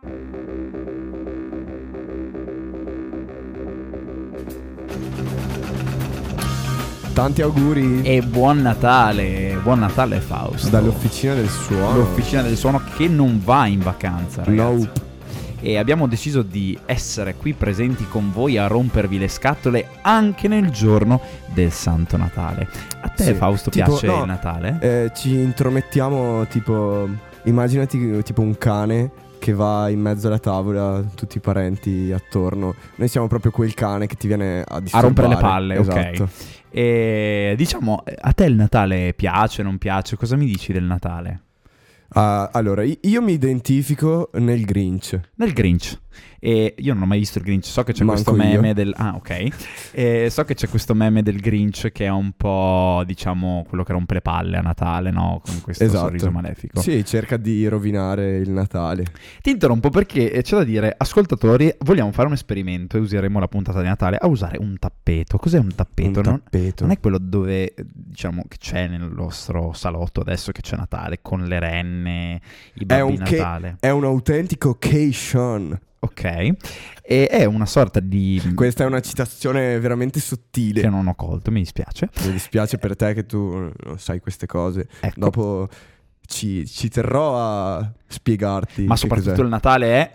Tanti auguri e buon Natale Fausto. dall'Officina del Suono. L'Officina del Suono che non va in vacanza, ragazzi. Nope. E abbiamo deciso di essere qui presenti con voi a rompervi le scatole anche nel giorno del Santo Natale. A te, Sì. Fausto, Tipo, piace no, il Natale? Ci intromettiamo tipo, immaginati tipo un cane che va in mezzo alla tavola, tutti i parenti attorno. Noi siamo proprio quel cane che ti viene a disturbare. A rompere le palle, esatto. ok. E diciamo, a te il Natale piace, non piace? Cosa mi dici del Natale? Allora, io mi identifico nel Grinch. Nel Grinch. E io non ho mai visto il Grinch, so che c'è Manco questo meme io. del... Ah, ok. So che c'è questo meme del Grinch che è un po', diciamo, quello che rompe le palle a Natale, no? Con questo sorriso malefico. Sì, cerca di rovinare il Natale. Ti interrompo perché c'è da dire, ascoltatori, vogliamo fare un esperimento e useremo la puntata di Natale a usare un tappeto. Cos'è un tappeto? Un tappeto. Non è quello dove, diciamo, che c'è nel nostro salotto adesso che c'è Natale, con le renne, i babbi Natale. È un autentico occasion. Ok, e è una sorta di... Questa è una citazione veramente sottile. che non ho colto, mi dispiace. Mi dispiace per te che tu non sai queste cose. Ecco. Dopo ci terrò a spiegarti. Ma che soprattutto cos'è. il Natale è...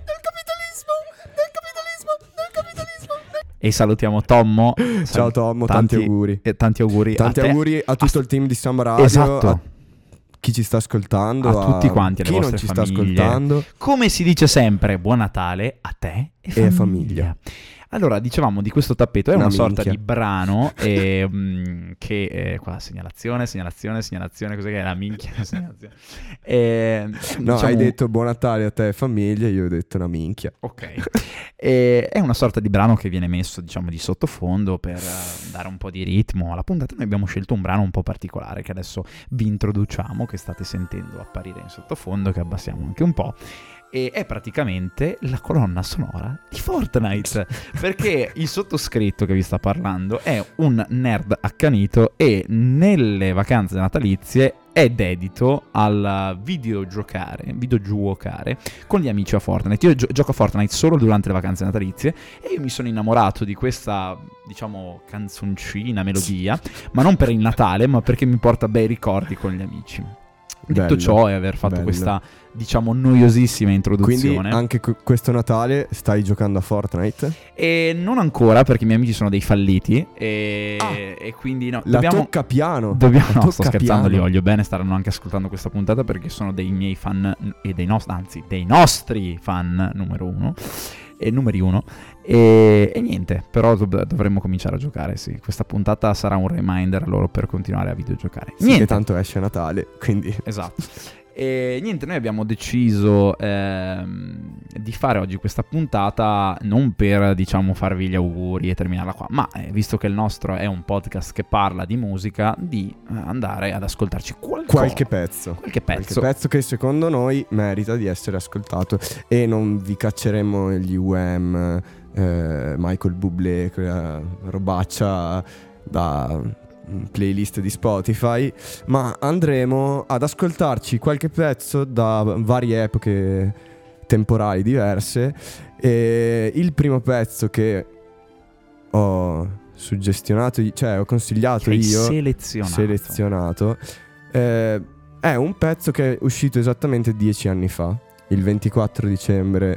E salutiamo Tommo. Ciao Tommo, tanti auguri. Tanti auguri Tanti a te. auguri a tutto il team di Samba Radio. Esatto. A chi ci sta ascoltando. A tutti quanti, alle chi non vostre ci famiglie. sta ascoltando. Come si dice sempre, buon Natale a te e a famiglia. Allora, dicevamo di questo tappeto, è una sorta minchia. di brano che... qua, segnalazione, cos'è che è la minchia? Segnalazione. No, Diciamo- hai detto buon Natale a te e famiglia, io ho detto una minchia. Ok. È una sorta di brano che viene messo, diciamo, di sottofondo per dare un po' di ritmo alla puntata. Noi abbiamo scelto un brano un po' particolare che adesso vi introduciamo, che state sentendo apparire in sottofondo, che abbassiamo anche un po'. E è praticamente la colonna sonora di Fortnite, perché il sottoscritto che vi sta parlando è un nerd accanito e nelle vacanze natalizie è dedito al videogiocare con gli amici a Fortnite. Io gioco a Fortnite solo durante le vacanze natalizie e io mi sono innamorato di questa, diciamo, canzoncina, melodia, ma non per il Natale, ma perché mi porta bei ricordi con gli amici. Detto Bello, ciò, e aver fatto bello. questa, diciamo, noiosissima introduzione. Quindi anche questo Natale stai giocando a Fortnite? E non ancora, perché i miei amici sono dei falliti e quindi no, La tocca piano. Dobbiamo, La no, sto tocca scherzando, li piano. voglio bene, staranno anche ascoltando questa puntata perché sono dei miei fan e dei nostri fan numeri uno. E niente, però dovremmo cominciare a giocare, sì. Questa puntata sarà un reminder a loro per continuare a videogiocare. Sì, che tanto esce a Natale, quindi... Esatto. E niente, noi abbiamo deciso di fare oggi questa puntata non per, diciamo, farvi gli auguri e terminarla qua, ma visto che il nostro è un podcast che parla di musica, di andare ad ascoltarci Qualche pezzo che secondo noi merita di essere ascoltato. E non vi cacceremo gli UM, Michael Bublé, quella robaccia da playlist di Spotify, ma andremo ad ascoltarci qualche pezzo da varie epoche temporali diverse. E il primo pezzo che ho suggestionato, cioè ho consigliato che hai io, selezionato, è un pezzo che è uscito esattamente 10 anni fa, il 24 dicembre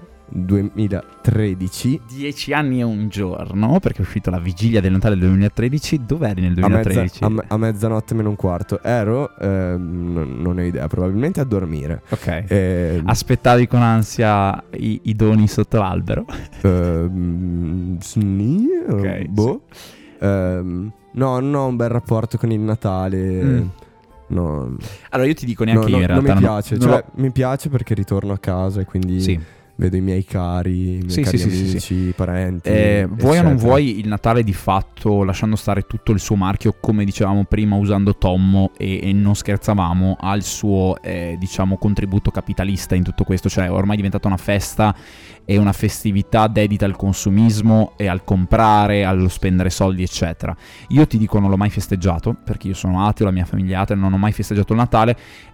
2013. 10 anni e un giorno, perché è uscito la vigilia del Natale del 2013. Dov'eri nel 2013? A mezzanotte meno un quarto. Ero, non ho idea, probabilmente a dormire. Ok. Aspettavi con ansia i doni sotto l'albero? Sì, Ok, boh. No, non ho un bel rapporto con il Natale. No. Allora io ti dico, neanche io in non realtà mi piace, non cioè mi piace perché ritorno a casa e quindi Sì. vedo i miei cari, amici, i parenti. Vuoi o non eccetera. vuoi, il Natale di fatto, lasciando stare tutto il suo marchio, come dicevamo prima, usando Tommo e non scherzavamo, ha il suo diciamo contributo capitalista in tutto questo. Cioè ormai è diventata una festa e una festività dedita al consumismo e al comprare, allo spendere soldi eccetera. Io ti dico, non l'ho mai festeggiato perché io sono ateo, la mia famiglia è atea, non ho mai festeggiato il Natale.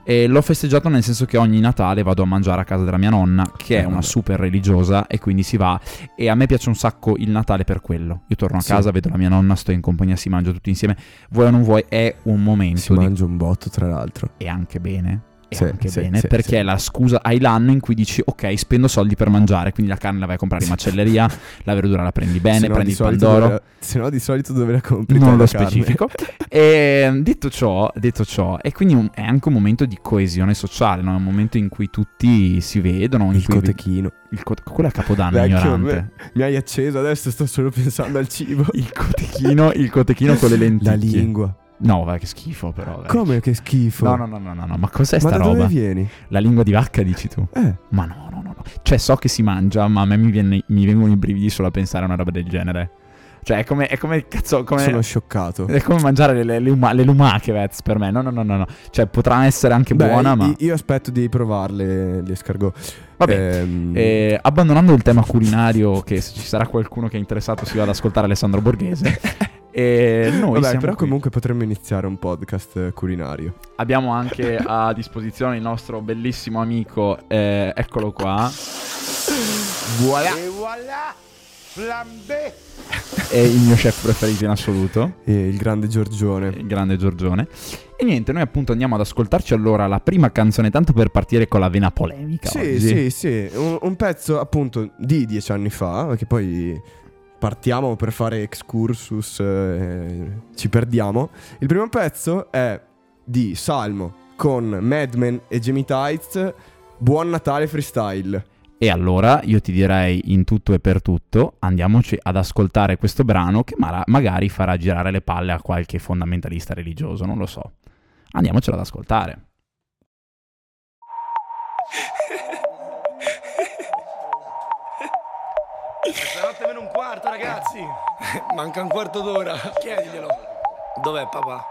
E l'ho festeggiato nel senso che ogni Natale vado a mangiare a casa della mia nonna, che è una super religiosa, e quindi si va, e a me piace un sacco il Natale per quello. Io torno a casa, vedo la mia nonna, sto in compagnia, si mangia tutti insieme, vuoi o non vuoi, è un momento si mangia un botto, tra l'altro, e anche bene. Sì, Perché è la scusa, hai l'anno in cui dici ok, spendo soldi per mangiare, quindi la carne la vai a comprare in macelleria, la verdura la prendi bene, prendi il pandoro, se no di solito dove la compri? Non lo specifico. E detto ciò, e quindi è anche un momento di coesione sociale, no? È un momento in cui tutti si vedono, il cotechino, quello è Capodanno, ignorante. Mi hai acceso, adesso sto solo pensando al cibo. il cotechino con le lenticchie, la lingua. No, vai, che schifo però. Dai. Come che schifo? No, ma cos'è sta roba? Ma da dove vieni? La lingua di vacca, dici tu? Ma no. Cioè, so che si mangia, ma a me mi vengono i brividi solo a pensare a una roba del genere. Cioè, è come cazzo, sono scioccato. È come mangiare le lumache, Vez, per me. No. Cioè, potrà essere anche buona, ma io aspetto di provarle, gli escargot. Vabbè, abbandonando il tema culinario, che se ci sarà qualcuno che è interessato si va ad ascoltare Alessandro Borghese. E noi però comunque potremmo iniziare un podcast culinario. Abbiamo anche a disposizione il nostro bellissimo amico, eccolo qua. Voilà. E voilà, flambé. È il mio chef preferito in assoluto, il grande Giorgione. E niente, noi appunto andiamo ad ascoltarci allora la prima canzone, tanto per partire con la vena polemica. Sì, un pezzo appunto di 10 anni fa, perché poi partiamo per fare excursus, ci perdiamo. Il primo pezzo è di Salmo con Madman e Jamie Tights, Buon Natale Freestyle. E allora io ti direi, in tutto e per tutto, andiamoci ad ascoltare questo brano che magari farà girare le palle a qualche fondamentalista religioso, non lo so. Andiamocelo ad ascoltare. Mezzanotte meno un quarto, ragazzi. Manca un quarto d'ora. Chiediglielo. Dov'è papà?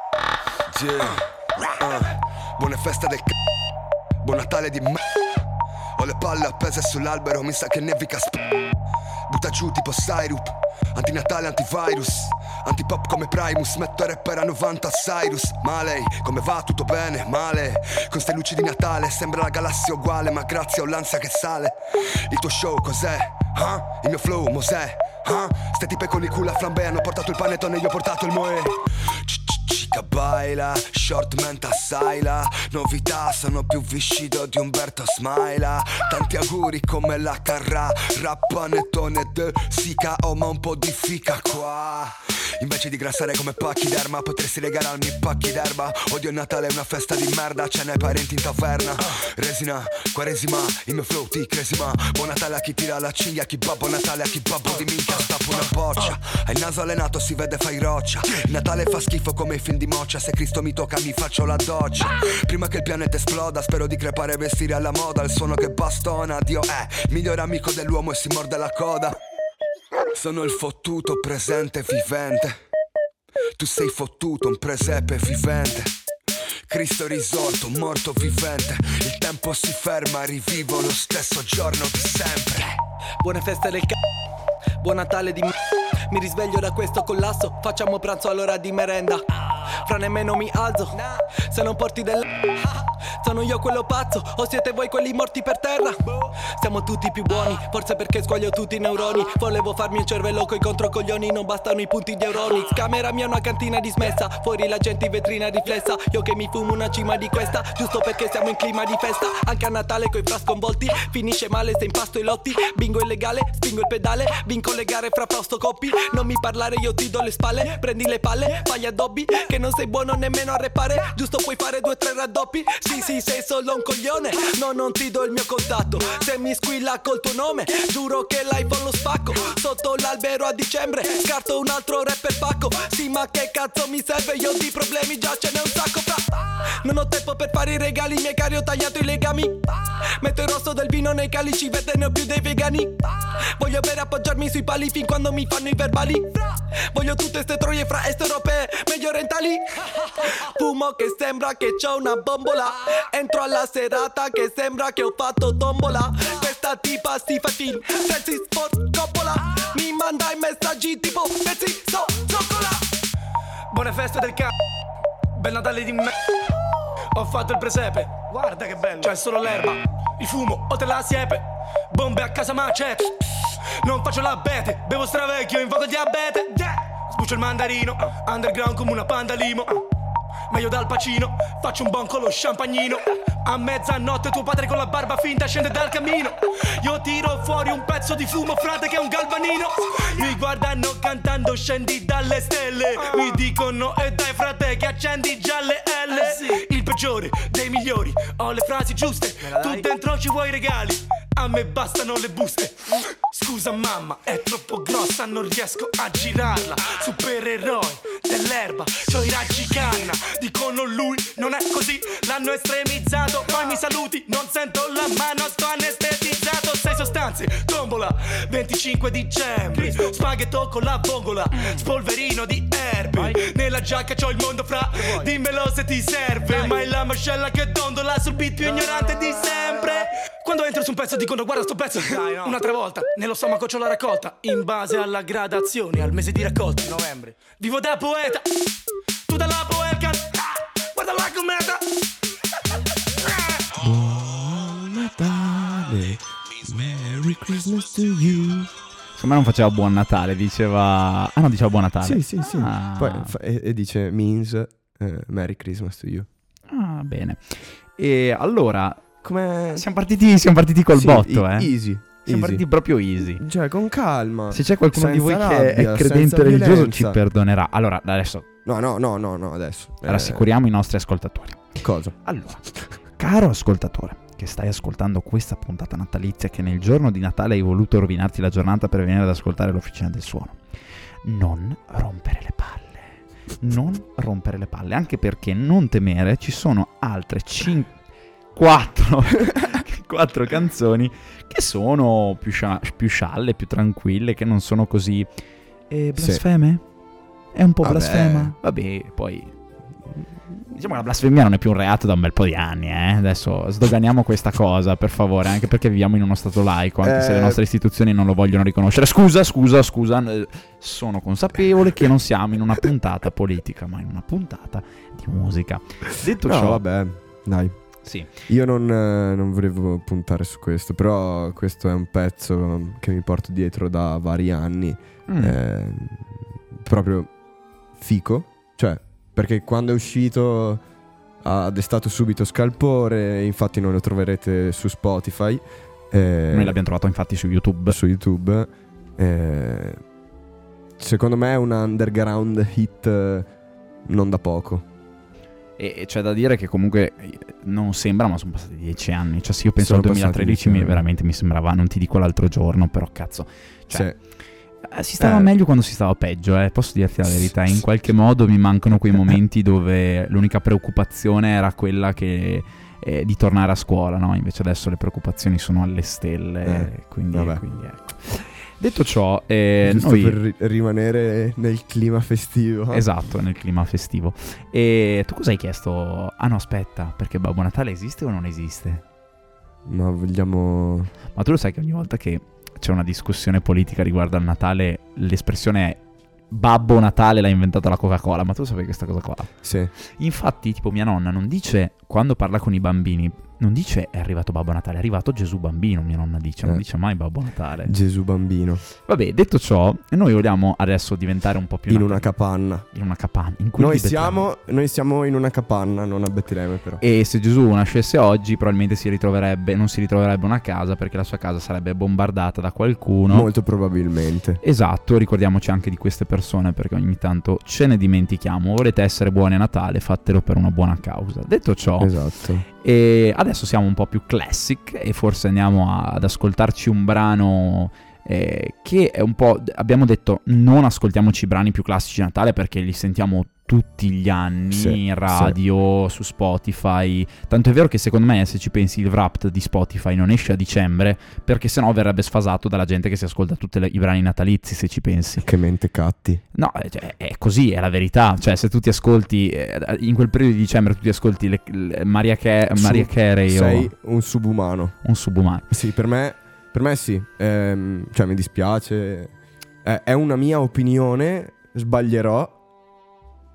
Buone feste del Buon Natale di Ho le palle appese sull'albero, mi sa che nevica Butta giù tipo Syrup, antinatale, antivirus, antipop come Primus, metto rapper a 90 Cyrus. Ma lei, come va? Tutto bene? Male. Con ste luci di Natale sembra la galassia uguale, ma grazie ho l'ansia che sale. Il tuo show cos'è? Il mio flow, Mosè? Ste tipe con il culo a flambé hanno portato il panettone e io ho portato il moe. Chica baila, short menta saila. Novità, sono più viscido di Umberto Smaila. Tanti auguri come la carra. Rap panettone de sica, ho ma un po' di fica qua. Invece di grassare come pacchi d'erba, potresti regalarmi pacchi d'erba. Odio il Natale, è una festa di merda, ce n'hai parenti in taverna. Resina, quaresima, il mio flow ti cresima. Buon Natale a chi tira la cinghia, a chi babbo Natale, a chi babbo di minchia stappo una boccia. Hai il naso allenato, si vede fai roccia. Il Natale fa schifo come i film di Moccia. Se Cristo mi tocca mi faccio la doccia. Prima che il pianeta esploda, spero di crepare e vestire alla moda. Il suono che bastona, Dio è migliore amico dell'uomo e si morde la coda. Sono il fottuto presente vivente. Tu sei fottuto, un presepe vivente. Cristo risorto, morto vivente. Il tempo si ferma, rivivo lo stesso giorno di sempre. Buone feste del Buon Natale di Mi risveglio da questo collasso, facciamo pranzo all'ora di merenda. Fra nemmeno mi alzo, se non porti del sono io quello pazzo, o siete voi quelli morti per terra? Siamo tutti più buoni, forse perché squaglio tutti i neuroni. Volevo farmi un cervello coi controcoglioni, non bastano i punti di Euronics. Camera mia una cantina dismessa, fuori la gente in vetrina riflessa. Io che mi fumo una cima di questa, giusto perché siamo in clima di festa. Anche a Natale coi fra sconvolti, finisce male se impasto i lotti. Bingo illegale, spingo il pedale, vinco le gare fra Fausto Coppi. Non mi parlare, io ti do le spalle, prendi le palle, fagli addobbi. Che non sei buono nemmeno a repare, giusto puoi fare 2 o 3 raddoppi. Sì, sei solo un coglione, no, non ti do il mio contatto. Se mi squilla col tuo nome, giuro che l'iPhone lo spacco. Sotto l'albero a dicembre, scarto un altro rapper pacco. Sì, ma che cazzo mi serve, io di problemi già ce n'è un sacco fra. Non ho tempo per fare i regali, miei cari, ho tagliato i legami. Metto il rosso del vino nei calici, verde ne ho più dei vegani. Voglio bere, appoggiarmi sui pali fin quando mi fanno i verbali. Voglio tutte ste troie fra est europee, meglio orientali. Fumo che sembra che c'ho una bombola. Entro alla serata che sembra che ho fatto tombola. Questa tipa si fa film, Francis Ford Coppola. Mi manda i messaggi tipo pezzi zoccola. Buone feste del Bel Natale di me. Ho fatto il presepe, guarda che bello. C'è solo l'erba, il fumo, oltre la siepe. Bombe a casa macete. Non faccio l'abete, bevo stravecchio, invoco il diabete. Sbuccio il mandarino, underground come una panda limo. Meglio dal Pacino, faccio un bon con lo champagnino. A mezzanotte tuo padre con la barba finta scende dal cammino. Io tiro fuori un pezzo di fumo, frate, che è un galvanino. Mi guardano cantando scendi dalle stelle. Mi dicono e dai frate che accendi già le L. Il peggiore dei migliori, ho le frasi giuste. Tu dentro ci vuoi regali, a me bastano le buste. Scusa mamma, è troppo grossa, non riesco a girarla. Supereroi dell'erba, c'ho i raggi canna. Dicono lui non è così, l'hanno estremizzato. Poi mi saluti, non sento la mano, sto anestetizzato. 6 sostanze, tombola, 25 dicembre. Spaghetto con la vongola, spolverino di erbe. Nella giacca c'ho il mondo fra, dimmelo se ti serve. Ma è la mascella che dondola sul beat più ignorante di sempre. Quando entro su un pezzo dicono guarda sto pezzo. Un'altra volta, nello stomaco c'ho la raccolta. In base alla gradazione, al mese di raccolta, novembre. Vivo da poeta, tu dalla poeca. Guardala com'è. Buon Natale, Merry Christmas to you. Secondo me non faceva Buon Natale, diceva... Ah no, diceva Buon Natale. Sì. Poi e dice means Merry Christmas to you. Ah, bene. E allora... Come... Siamo partiti col botto, Easy. Siamo partiti proprio easy. Cioè, con calma. Se c'è qualcuno di voi rabbia, che è credente religioso violenza. ci perdonerà. Allora, adesso... No, adesso. Rassicuriamo i nostri ascoltatori. Cosa? Allora, caro ascoltatore, che stai ascoltando questa puntata natalizia, che nel giorno di Natale hai voluto rovinarti la giornata per venire ad ascoltare l'Officina del Suono, non rompere le palle. Non rompere le palle, anche perché non temere, ci sono altre 4 canzoni che sono più scialle, più tranquille, che non sono così blasfeme? È un po' blasfema? Vabbè, poi diciamo che la blasfemia non è più un reato da un bel po' di anni, Adesso sdoganiamo questa cosa, per favore, anche perché viviamo in uno stato laico, anche se le nostre istituzioni non lo vogliono riconoscere. Scusa, sono consapevole che non siamo in una puntata politica, ma in una puntata di musica. Detto ciò, vabbè, dai. Sì. Io non volevo puntare su questo, però questo è un pezzo che mi porto dietro da vari anni, proprio fico, cioè perché quando è uscito ha destato subito scalpore, infatti non lo troverete su Spotify. Noi l'abbiamo trovato infatti su YouTube. Secondo me è un underground hit non da poco. E c'è da dire che comunque non sembra, ma sono passati 10 anni. Cioè, se io penso al 2013 veramente mi sembrava, non ti dico l'altro giorno, però cazzo, cioè, si stava meglio quando si stava peggio, posso dirti la verità. In qualche modo mi mancano quei momenti dove l'unica preoccupazione era quella che di tornare a scuola, no? Invece adesso le preoccupazioni sono alle stelle, quindi ecco. Detto ciò, giusto noi... per rimanere nel clima festivo. Esatto, nel clima festivo. E tu cosa hai chiesto? Ah no, aspetta, perché Babbo Natale esiste o non esiste? Ma vogliamo... Ma tu lo sai che ogni volta che c'è una discussione politica riguardo al Natale, l'espressione è Babbo Natale l'ha inventata la Coca-Cola, ma tu sapevi questa cosa qua? Sì. Infatti, tipo, mia nonna non dice, quando parla con i bambini, non dice è arrivato Babbo Natale, è arrivato Gesù Bambino, mia nonna dice, non dice mai Babbo Natale. Gesù Bambino. Vabbè, detto ciò, noi vogliamo adesso diventare un po' più... In una capanna. In una capanna. In cui noi siamo in una capanna, non a Betlemme però. E se Gesù nascesse oggi probabilmente non si ritroverebbe una casa, perché la sua casa sarebbe bombardata da qualcuno. Molto probabilmente. Esatto, ricordiamoci anche di queste persone, perché ogni tanto ce ne dimentichiamo. Volete essere buoni a Natale, fatelo per una buona causa. Detto ciò, esatto. E adesso siamo un po' più classic e forse andiamo ad ascoltarci un brano che è un po'... Abbiamo detto non ascoltiamoci i brani più classici di Natale perché li sentiamo tutti gli anni in radio, su Spotify. Tanto è vero che secondo me, se ci pensi, il Wrapped di Spotify non esce a dicembre, perché sennò verrebbe sfasato dalla gente che si ascolta tutti i brani natalizi, se ci pensi. Che mentecatti. No, è così, è la verità. Cioè, se tu ti ascolti in quel periodo di dicembre, tu ti ascolti Mariah Carey, sei un subumano. Un subumano. Sì, per me sì. Cioè, mi dispiace. È una mia opinione, sbaglierò.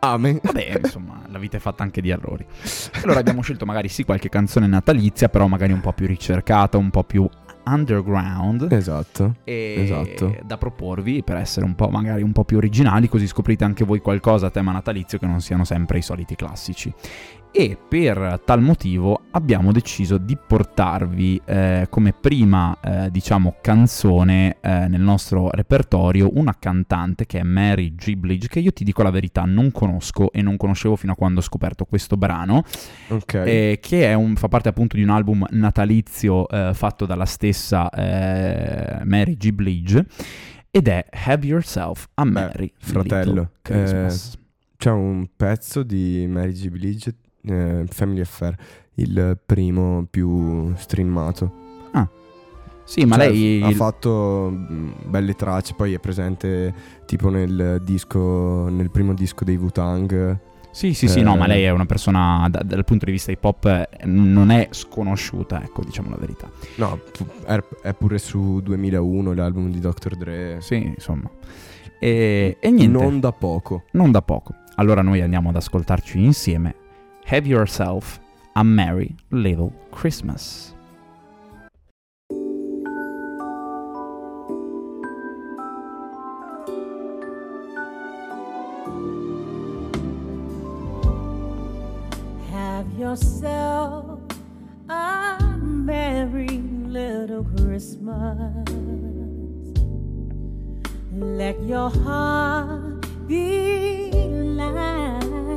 Amen. Vabbè, insomma, la vita è fatta anche di errori. Allora abbiamo scelto magari sì qualche canzone natalizia, però magari un po' più ricercata, un po' più underground. Esatto. Da proporvi per essere un po' magari un po' più originali, così scoprite anche voi qualcosa a tema natalizio che non siano sempre i soliti classici. E per tal motivo abbiamo deciso di portarvi come prima diciamo canzone nel nostro repertorio una cantante che è Mary J. Blige, che io ti dico la verità non conosco e non conoscevo fino a quando ho scoperto questo brano, che fa parte appunto di un album natalizio fatto dalla stessa Mary J. Blige, ed è Have Yourself a Merry fratello Little Christmas. C'è un pezzo di Mary J. Blige, Family Affair, il primo più streamato. Sì, ma lei ha fatto belle tracce, poi è presente tipo nel primo disco dei Wu-Tang. Sì, no, ma lei è una persona dal punto di vista hip hop non è sconosciuta, ecco, diciamo la verità. No, è pure su 2001 l'album di Dr. Dre. Sì, insomma. E niente. Non da poco. Allora noi andiamo ad ascoltarci insieme Have Yourself a Merry Little Christmas. Have yourself a merry little Christmas. Let your heart be light.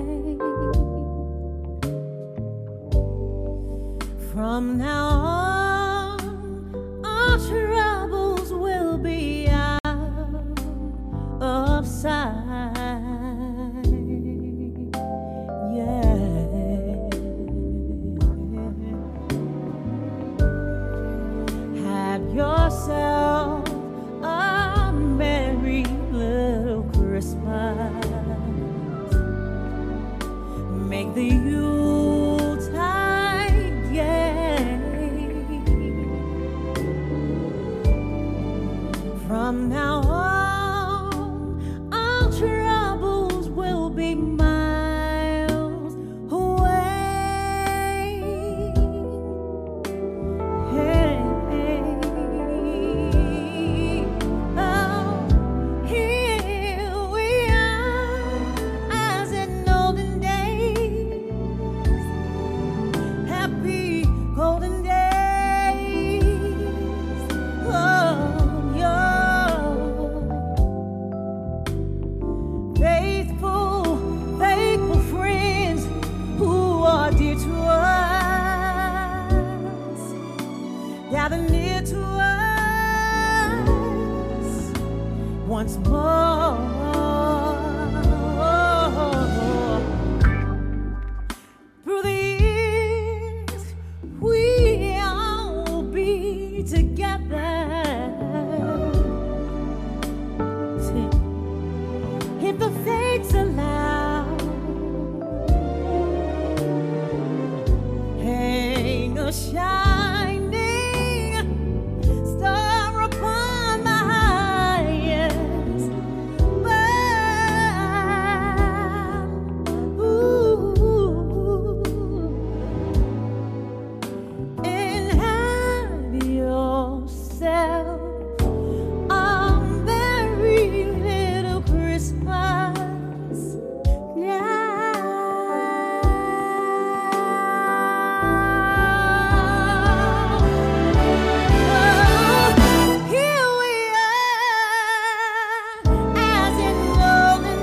From now on, our troubles will be out of sight. Yourself a merry little Christmas. Make the Yuletide gay. From now on, our troubles will be miles away. Once more, through the years we all be together. If the fates allow, hang a shining star upon my highest bough. Ooh, and have yourself a merry little Christmas now. Here we are, as in olden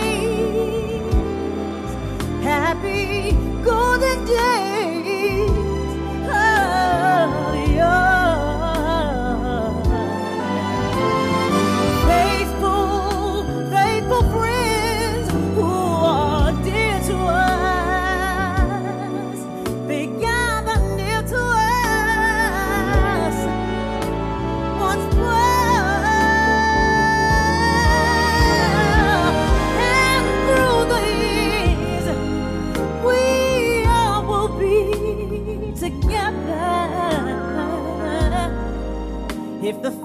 days, happy golden days of yore. Faithful friends who are dear to us, they gather near to us once more. And through the years, we all will be together. If the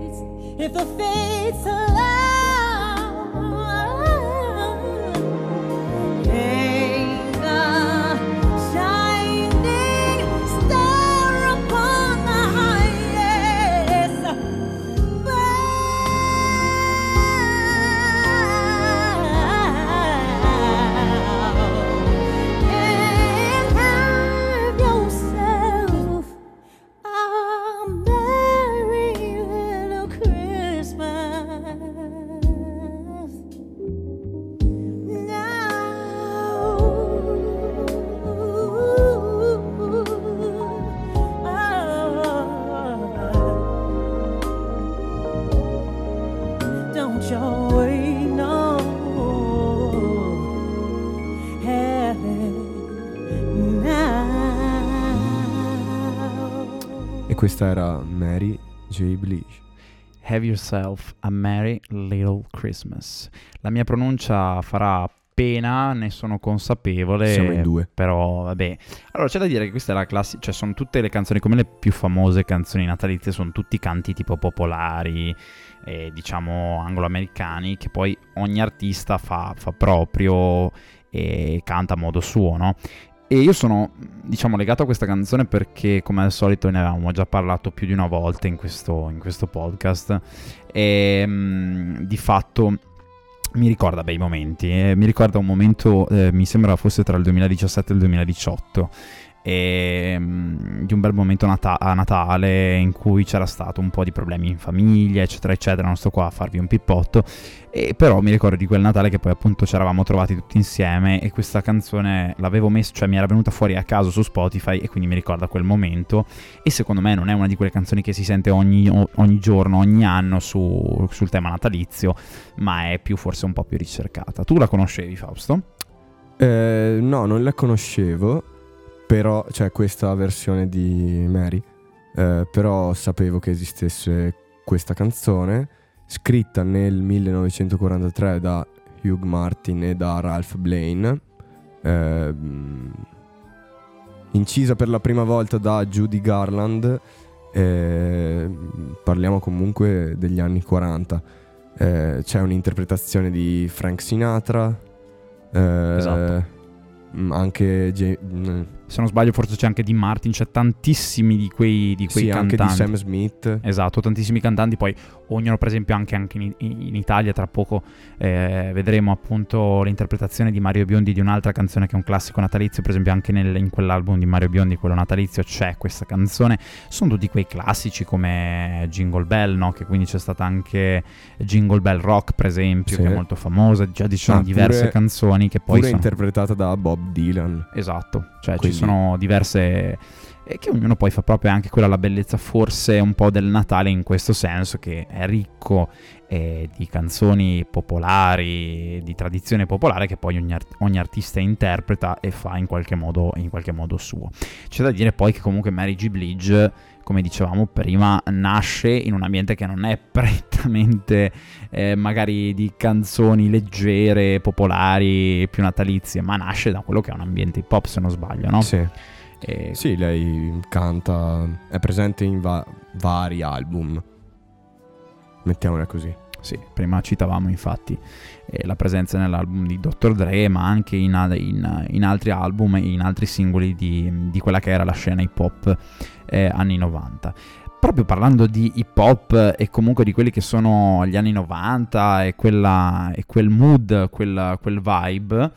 fates allow, your way, no. Have it now. E questa era Mary J. Blige. Have yourself a merry little Christmas. La mia pronuncia farà pena, ne sono consapevole. Siamo in due. Però vabbè. Allora c'è da dire che questa è la classica, cioè sono tutte le canzoni come le più famose canzoni natalizie, sono tutti canti tipo popolari, diciamo anglo-americani, che poi ogni artista fa proprio e canta a modo suo, no? E io sono, diciamo, legato a questa canzone perché, come al solito, ne avevamo già parlato più di una volta in questo podcast, e di fatto mi ricorda bei momenti. Mi ricorda un momento, mi sembra fosse tra il 2017 e il 2018, di un bel momento a Natale in cui c'era stato un po' di problemi in famiglia, eccetera eccetera. Non sto qua a farvi un pippotto, però mi ricordo di quel Natale che poi appunto ci eravamo trovati tutti insieme e questa canzone l'avevo messa, cioè mi era venuta fuori a caso su Spotify e quindi mi ricorda quel momento. E secondo me non è una di quelle canzoni che si sente ogni giorno, ogni anno sul tema natalizio, ma è più, forse un po' più ricercata. Tu la conoscevi, Fausto? No, non la conoscevo, però, cioè questa versione di Mary, però sapevo che esistesse questa canzone, scritta nel 1943 da Hugh Martin e da Ralph Blaine, incisa per la prima volta da Judy Garland. Parliamo comunque degli anni 40. C'è un'interpretazione di Frank Sinatra, Esatto. Anche Se non sbaglio forse c'è anche di Martin, c'è tantissimi di quei sì, cantanti. anche di Sam Smith. Esatto, tantissimi cantanti, poi ognuno, per esempio anche in Italia tra poco vedremo appunto l'interpretazione di Mario Biondi di un'altra canzone che è un classico natalizio, per esempio anche in quell'album di Mario Biondi, quello natalizio, c'è questa canzone. Sono tutti quei classici come Jingle Bell, no? Che quindi c'è stata anche Jingle Bell Rock, per esempio, sì, che è molto famosa. Già ci sono diverse canzoni che poi pure sono interpretata da Bob Dylan. Esatto, cioè Quindi ci sono diverse, che ognuno poi fa proprio anche quella la bellezza forse un po' del Natale, in questo senso che è ricco di canzoni popolari, di tradizione popolare, che poi ogni artista interpreta e fa in qualche modo suo. C'è da dire poi che comunque Mary J. Blige, come dicevamo prima, nasce in un ambiente che non è prettamente magari di canzoni leggere, popolari, più natalizie, ma nasce da quello che è un ambiente hip hop, se non sbaglio, no? Sì. Sì, lei canta, è presente in vari album, mettiamola così. Sì, prima citavamo infatti la presenza nell'album di Dr. Dre, ma anche in altri album e in altri singoli di quella che era la scena hip hop anni 90. Proprio parlando di hip hop e comunque di quelli che sono gli anni 90 e quel mood, quel vibe.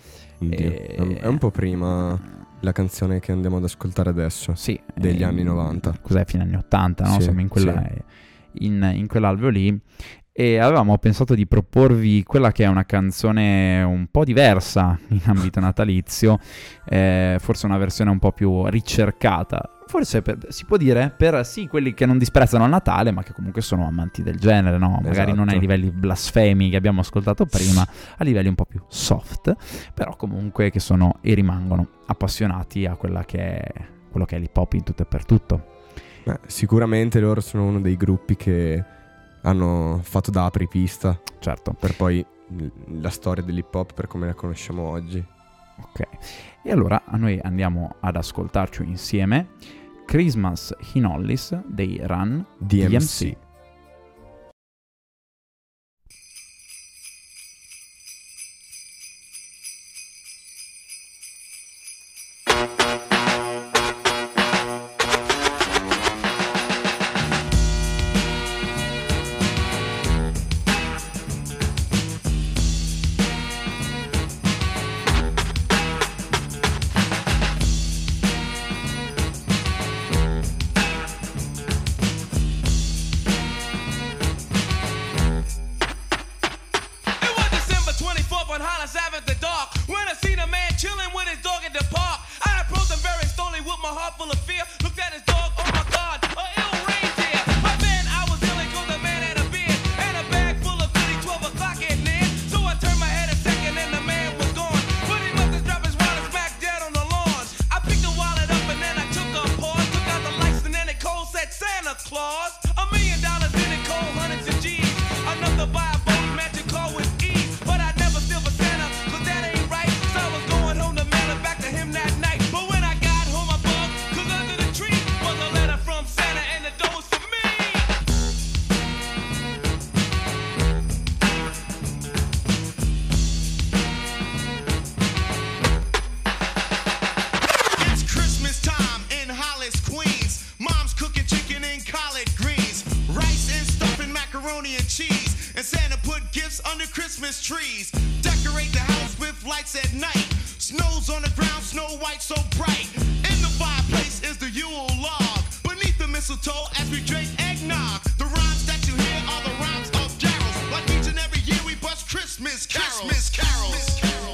È un po' prima la canzone che andiamo ad ascoltare adesso, sì, degli anni 90. Cos'è, fine anni 80, no? Sì, Siamo in quella, sì. in quell'alveo lì. E avevamo pensato di proporvi quella che è una canzone un po' diversa in ambito natalizio, forse una versione un po' più ricercata, forse si può dire per sì quelli che non disprezzano il Natale ma che comunque sono amanti del genere, no? Magari non ai livelli blasfemi che abbiamo ascoltato prima, a livelli un po' più soft, però comunque che sono e rimangono appassionati a quello che è l'hip hop in tutto e per tutto. Sicuramente loro sono uno dei gruppi che hanno fatto da apripista, certo, per poi la storia dell'hip hop per come la conosciamo oggi. Ok, e allora noi andiamo ad ascoltarci insieme Christmas in Hollis dei Run DMC. macaroni and cheese. And Santa put gifts under Christmas trees. Decorate the house with lights at night. Snow's on the ground, snow white so bright. In the fireplace is the Yule log. Beneath the mistletoe as we drink eggnog. The rhymes that you hear are the rhymes of carols. Like each and every year we bust Christmas carols. Christmas carols.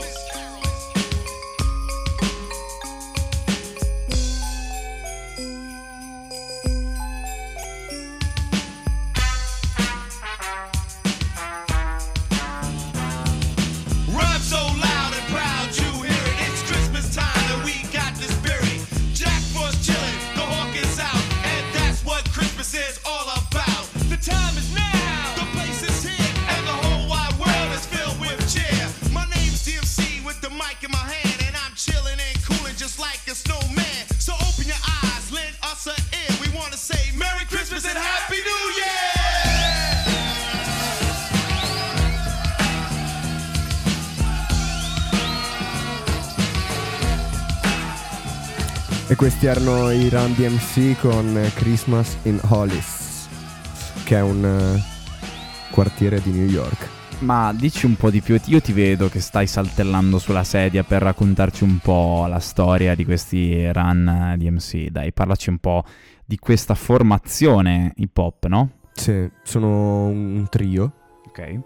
E questi erano i Run DMC con Christmas in Hollis, che è un quartiere di New York. Ma dici un po' di più, io ti vedo che stai saltellando sulla sedia per raccontarci un po' la storia di questi Run DMC. Dai, parlaci un po' di questa formazione hip hop, no? Sì, sono un trio. Ok.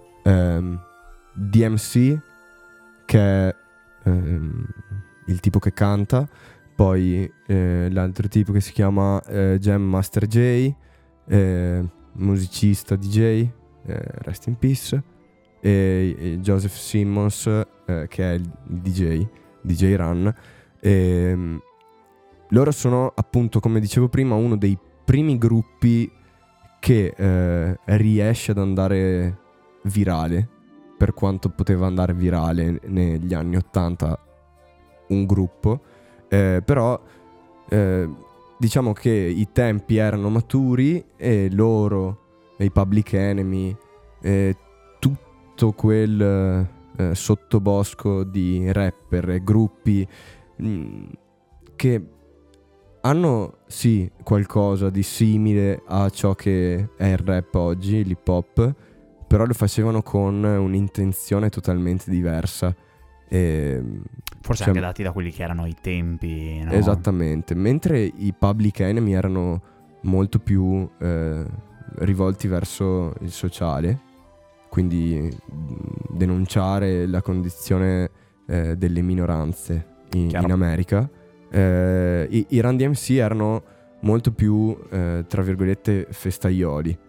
DMC, che è il tipo che canta. Poi l'altro tipo che si chiama Jam Master Jay, musicista DJ, rest in peace, e Joseph Simmons, che è il DJ Run. Loro sono, appunto, come dicevo prima, uno dei primi gruppi che riesce ad andare virale, per quanto poteva andare virale negli anni 80 un gruppo. Però diciamo che i tempi erano maturi e loro, i Public Enemy, tutto quel sottobosco di rapper e gruppi che hanno sì qualcosa di simile a ciò che è il rap oggi, l'hip hop, però lo facevano con un'intenzione totalmente diversa. Forse anche dati da quelli che erano i tempi, no? Esattamente. Mentre i Public Enemy erano molto più rivolti verso il sociale, quindi denunciare la condizione delle minoranze in America. I Run DMC erano molto più tra virgolette festaioli,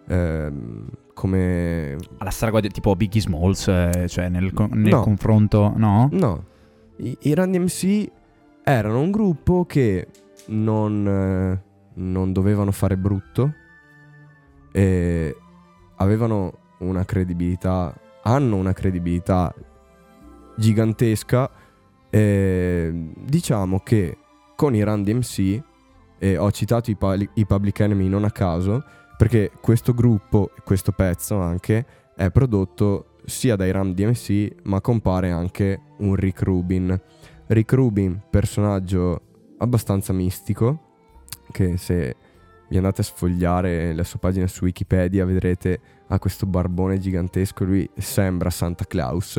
come alla strada tipo Biggie Smalls, cioè nel confronto, no? No, i Run DMC erano un gruppo che non dovevano fare brutto e avevano una credibilità, hanno una credibilità gigantesca. Diciamo che con i Run DMC, e ho citato i Public Enemy non a caso, perché questo gruppo, questo pezzo anche, è prodotto sia dai Run DMC, ma compare anche un Rick Rubin. Rick Rubin, personaggio abbastanza mistico, che se vi andate a sfogliare la sua pagina su Wikipedia vedrete ha questo barbone gigantesco, lui sembra Santa Claus.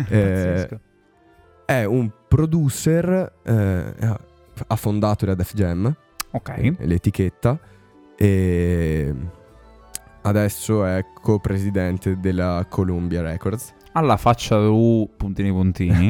È un producer, ha fondato la Def Jam, l'etichetta, e adesso è co-presidente della Columbia Records. Alla faccia puntini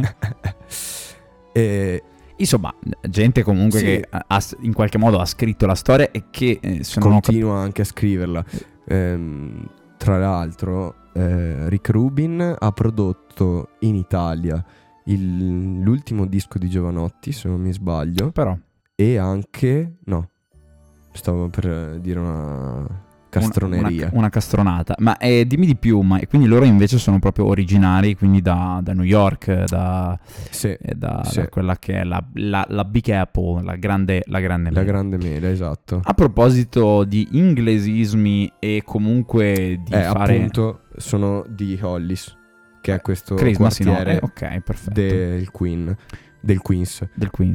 E insomma, gente comunque sì, che in qualche modo ha scritto la storia e che continua anche a scriverla. Tra l'altro Rick Rubin ha prodotto in Italia l'ultimo disco di Giovanotti, se non mi sbaglio, però, e anche stavo per dire una castroneria, una castronata. Ma dimmi di più, ma quindi loro invece sono proprio originari, quindi da New York, da quella che è la Big Apple, la grande mela. La grande mela, esatto. A proposito di inglesismi e comunque di fare, appunto, sono di Hollis, che è questo Christmas, quartiere ok, perfetto, del Queens.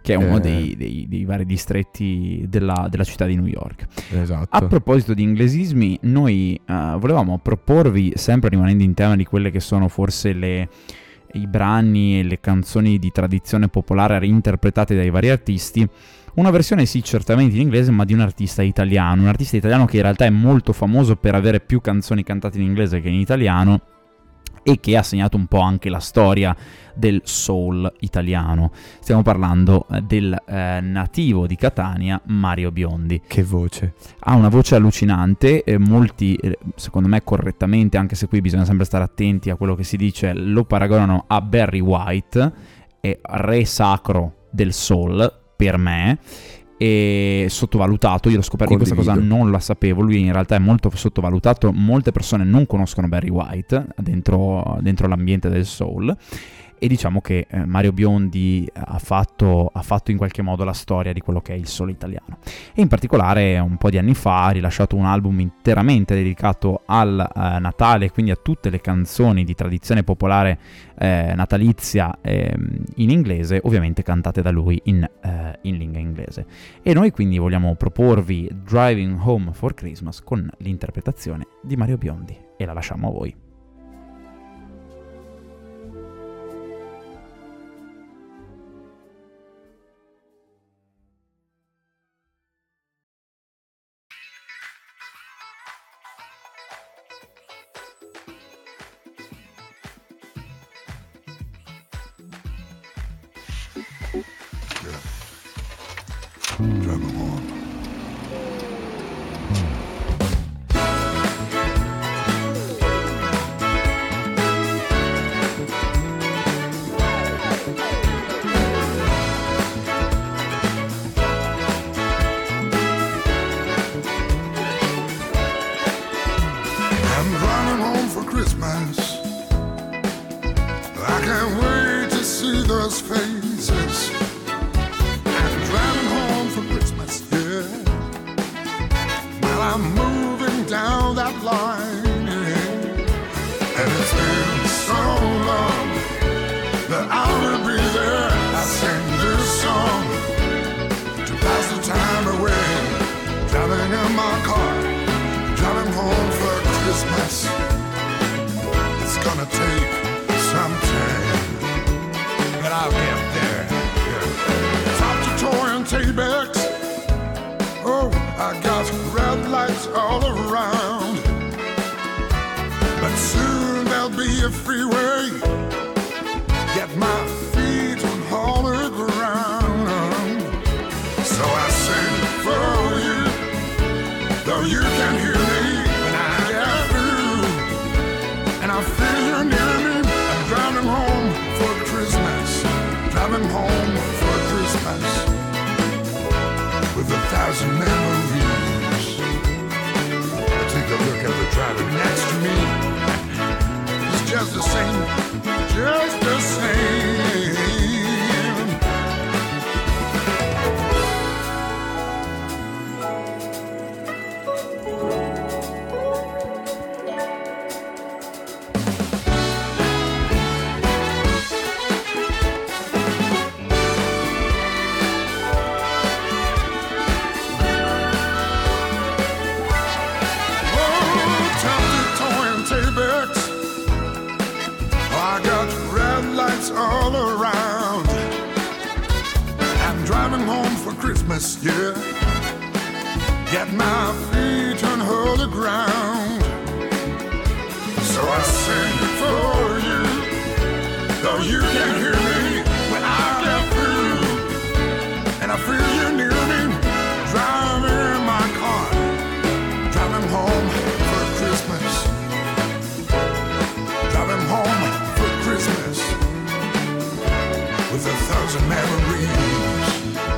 che è uno dei vari distretti della città di New York. Esatto. A proposito di inglesismi, noi volevamo proporvi, sempre rimanendo in tema di quelle che sono forse i brani e le canzoni di tradizione popolare reinterpretate dai vari artisti, una versione sì certamente in inglese, ma di un artista italiano che in realtà è molto famoso per avere più canzoni cantate in inglese che in italiano, e che ha segnato un po' anche la storia del soul italiano. Stiamo parlando del nativo di Catania, Mario Biondi. Che voce! Ha una voce allucinante, molti, secondo me correttamente, anche se qui bisogna sempre stare attenti a quello che si dice, lo paragonano a Barry White, è re sacro del soul, per me, e sottovalutato. Io l'ho scoperto, questa cosa non la sapevo, lui in realtà è molto sottovalutato, molte persone non conoscono Barry White dentro l'ambiente del soul, e diciamo che Mario Biondi ha fatto in qualche modo la storia di quello che è il soul italiano, e in particolare un po' di anni fa ha rilasciato un album interamente dedicato al Natale, quindi a tutte le canzoni di tradizione popolare natalizia in inglese, ovviamente cantate da lui in lingua inglese. E noi quindi vogliamo proporvi Driving Home for Christmas con l'interpretazione di Mario Biondi, e la lasciamo a voi. Driving home. I'm driving home for Christmas. I can't wait to see those faces. I'm moving down that line, and it's been so long that I will be there. I sing this song to pass the time away, driving in my car, driving home for Christmas. It's gonna take some time, but I'll get there. Top to toy and T-Bex. Oh, I got red lights all around, but soon there'll be a freeway. Get my feet on holy ground. So I sing for you, though you can hear me when I get through. And I feel you near me. I'm driving home for Christmas, driving home for Christmas, with 1,000 memories. Take a look at the driver next to me. It's just the same, just the same. All around. I'm driving home for Christmas, yeah. Get my feet on holy ground. So I sing for you, though you can't hear me when I get through. And I feel you near me, driving in my car, driving home for Christmas, driving home for Christmas, with 1,000 memories.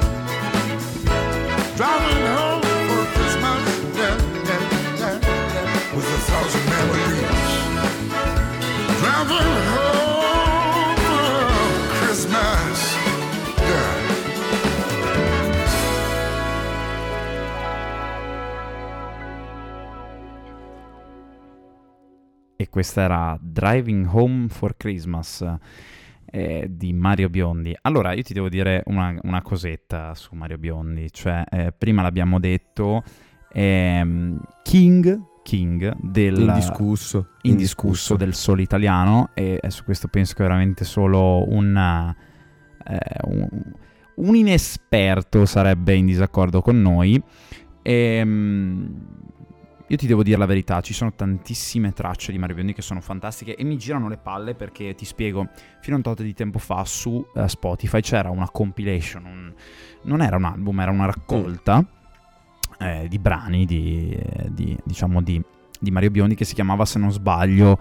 Driving home for Christmas, yeah, yeah, yeah, yeah, with 1,000 memories. Driving home for Christmas, yeah. E questa era Driving Home for Christmas, di Mario Biondi. Allora, io ti devo dire una cosetta su Mario Biondi, cioè prima l'abbiamo detto, King del indiscusso del solo italiano, e su questo penso che veramente solo un inesperto sarebbe in disaccordo con noi. Io ti devo dire la verità, ci sono tantissime tracce di Mario Biondi che sono fantastiche e mi girano le palle, perché ti spiego, fino a un tot di tempo fa su Spotify c'era una compilation, non era un album, era una raccolta di brani di Mario Biondi, che si chiamava, se non sbaglio,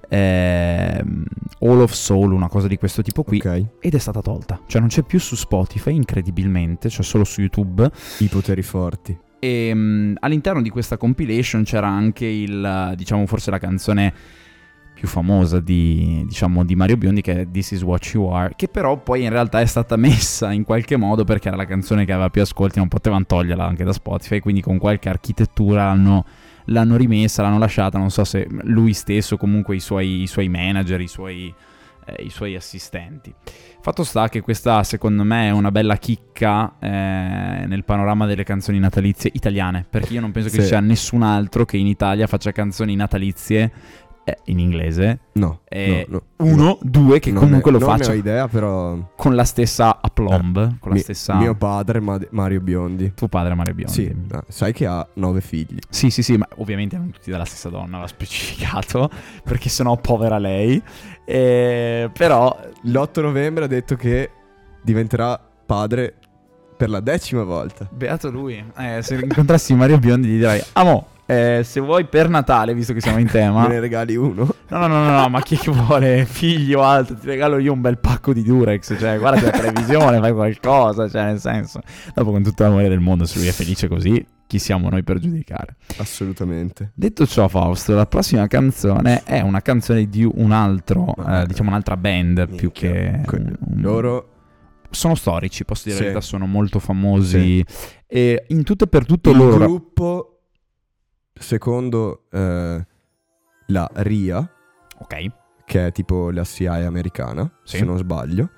All of Soul, una cosa di questo tipo qui, ed è stata tolta, cioè non c'è più su Spotify, incredibilmente, c'è solo su YouTube. I poteri forti. E all'interno di questa compilation c'era anche forse la canzone più famosa di Mario Biondi, che è This Is What You Are, che però poi in realtà è stata messa in qualche modo perché era la canzone che aveva più ascolti, non potevano toglierla anche da Spotify, quindi con qualche architettura l'hanno rimessa, l'hanno lasciata, non so se lui stesso, comunque i suoi manager, i suoi assistenti. Fatto sta che questa, secondo me, è una bella chicca nel panorama delle canzoni natalizie italiane, perché io non penso che ci sia nessun altro che in Italia faccia canzoni natalizie in inglese. No. Due che comunque lo faccia. Non ne ho idea, però con la stessa aplomb, con la stessa. Mio padre Mario Biondi. Tuo padre Mario Biondi. Sì, sai che ha 9 figli. Sì, ma ovviamente non tutti dalla stessa donna, va specificato, perché sennò povera lei. Però l'8 novembre ha detto che diventerà padre per la 10ª volta. Beato lui. Se incontrassi Mario Biondi gli direi: amo, se vuoi per Natale, visto che siamo in tema, me ne regali uno? No, ma chi vuole figli o altro, ti regalo io un bel pacco di Durex, cioè guardati la televisione, fai qualcosa, cioè nel senso, dopo, con tutto l'amore del mondo, se lui è felice così, chi siamo noi per giudicare? Assolutamente. Detto ciò, Fausto, la prossima canzone è una canzone di un altro, un'altra band, più che loro sono storici, posso dire la verità, sono molto famosi, e in tutto e per tutto loro gruppo, secondo la RIA, che è tipo la CIA americana, se non sbaglio,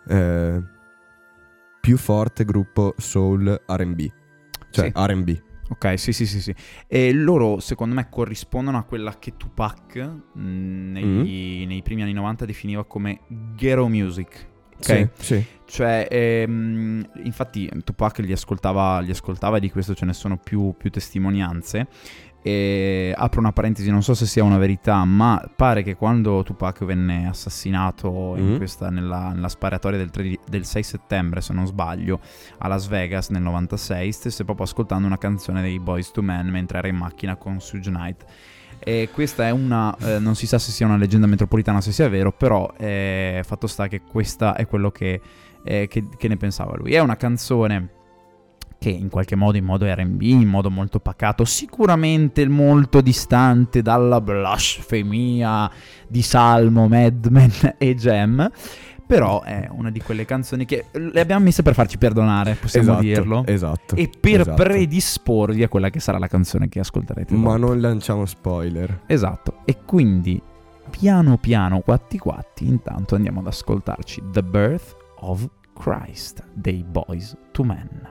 più forte gruppo soul R&B, cioè R&B. Ok, sì. E loro, secondo me, corrispondono a quella che Tupac nei primi anni 90 definiva come ghetto music. Ok? Sì. Cioè, infatti Tupac li ascoltava, e di questo ce ne sono più testimonianze. E apro una parentesi, non so se sia una verità, ma pare che quando Tupac venne assassinato nella sparatoria del 6 settembre, se non sbaglio, a Las Vegas nel 96, stesse proprio ascoltando una canzone dei Boyz II Men mentre era in macchina con Suge Knight. E questa è non si sa se sia una leggenda metropolitana, se sia vero, però fatto sta che questa è quello che ne pensava lui. È una canzone che in qualche modo, in modo R&B, in modo molto pacato, sicuramente molto distante dalla blasfemia di Salmo, Madman e Jam, però è una di quelle canzoni che le abbiamo messe per farci perdonare, possiamo dirlo. Esatto. E per predisporvi a quella che sarà la canzone che ascolterete dopo. Ma non lanciamo spoiler. Esatto. E quindi, piano piano, quatti quatti, intanto andiamo ad ascoltarci The Birth of Christ dei Boyz II Men.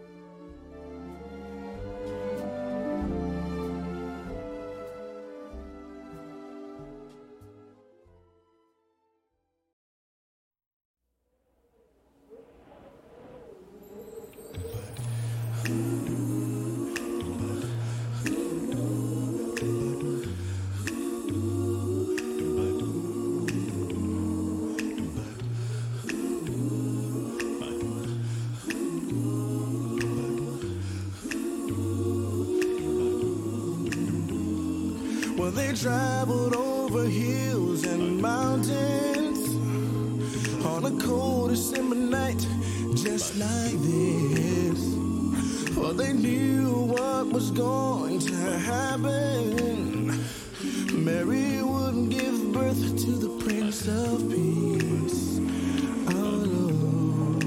They traveled over hills and mountains on a cold December night just like this, for they knew what was going to happen. Mary would give birth to the Prince of Peace, our Lord.